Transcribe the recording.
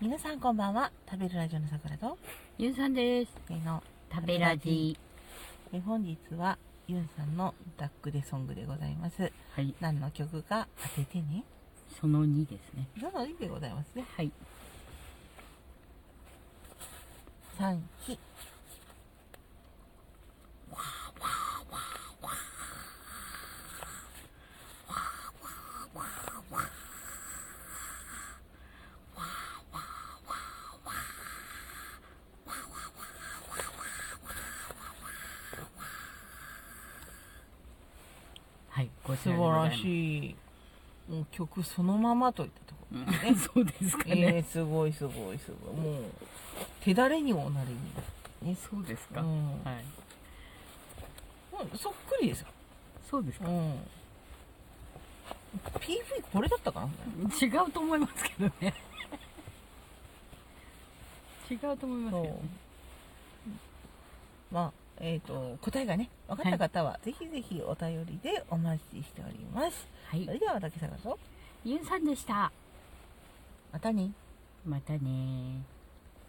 皆さんこんばんは。食べるラジオのさくらとゆんさんです。 の食べラジ。 本日はゆんさんのダックでソングでございます。 はい。 何の曲か当ててね。 その2ですね。 その2でございますね。 はい。 3期はい。こち素らでございます。 晴らしい。もう曲そのままといったところですね。 そうですかね。 すごいすごいすごい。もう手だれにもなりに、ね、 そうですか。 うん、 はい。 そっくりですよ。 そうですか。 PV これだったかな。 違うと思いますけどね。違うと思いますけどね。 まあ答えがね分かった方は、ぜひぜひお便りでお待ちしております。 はい。 それでは私さがとゆんさんでした。 またね。 またね。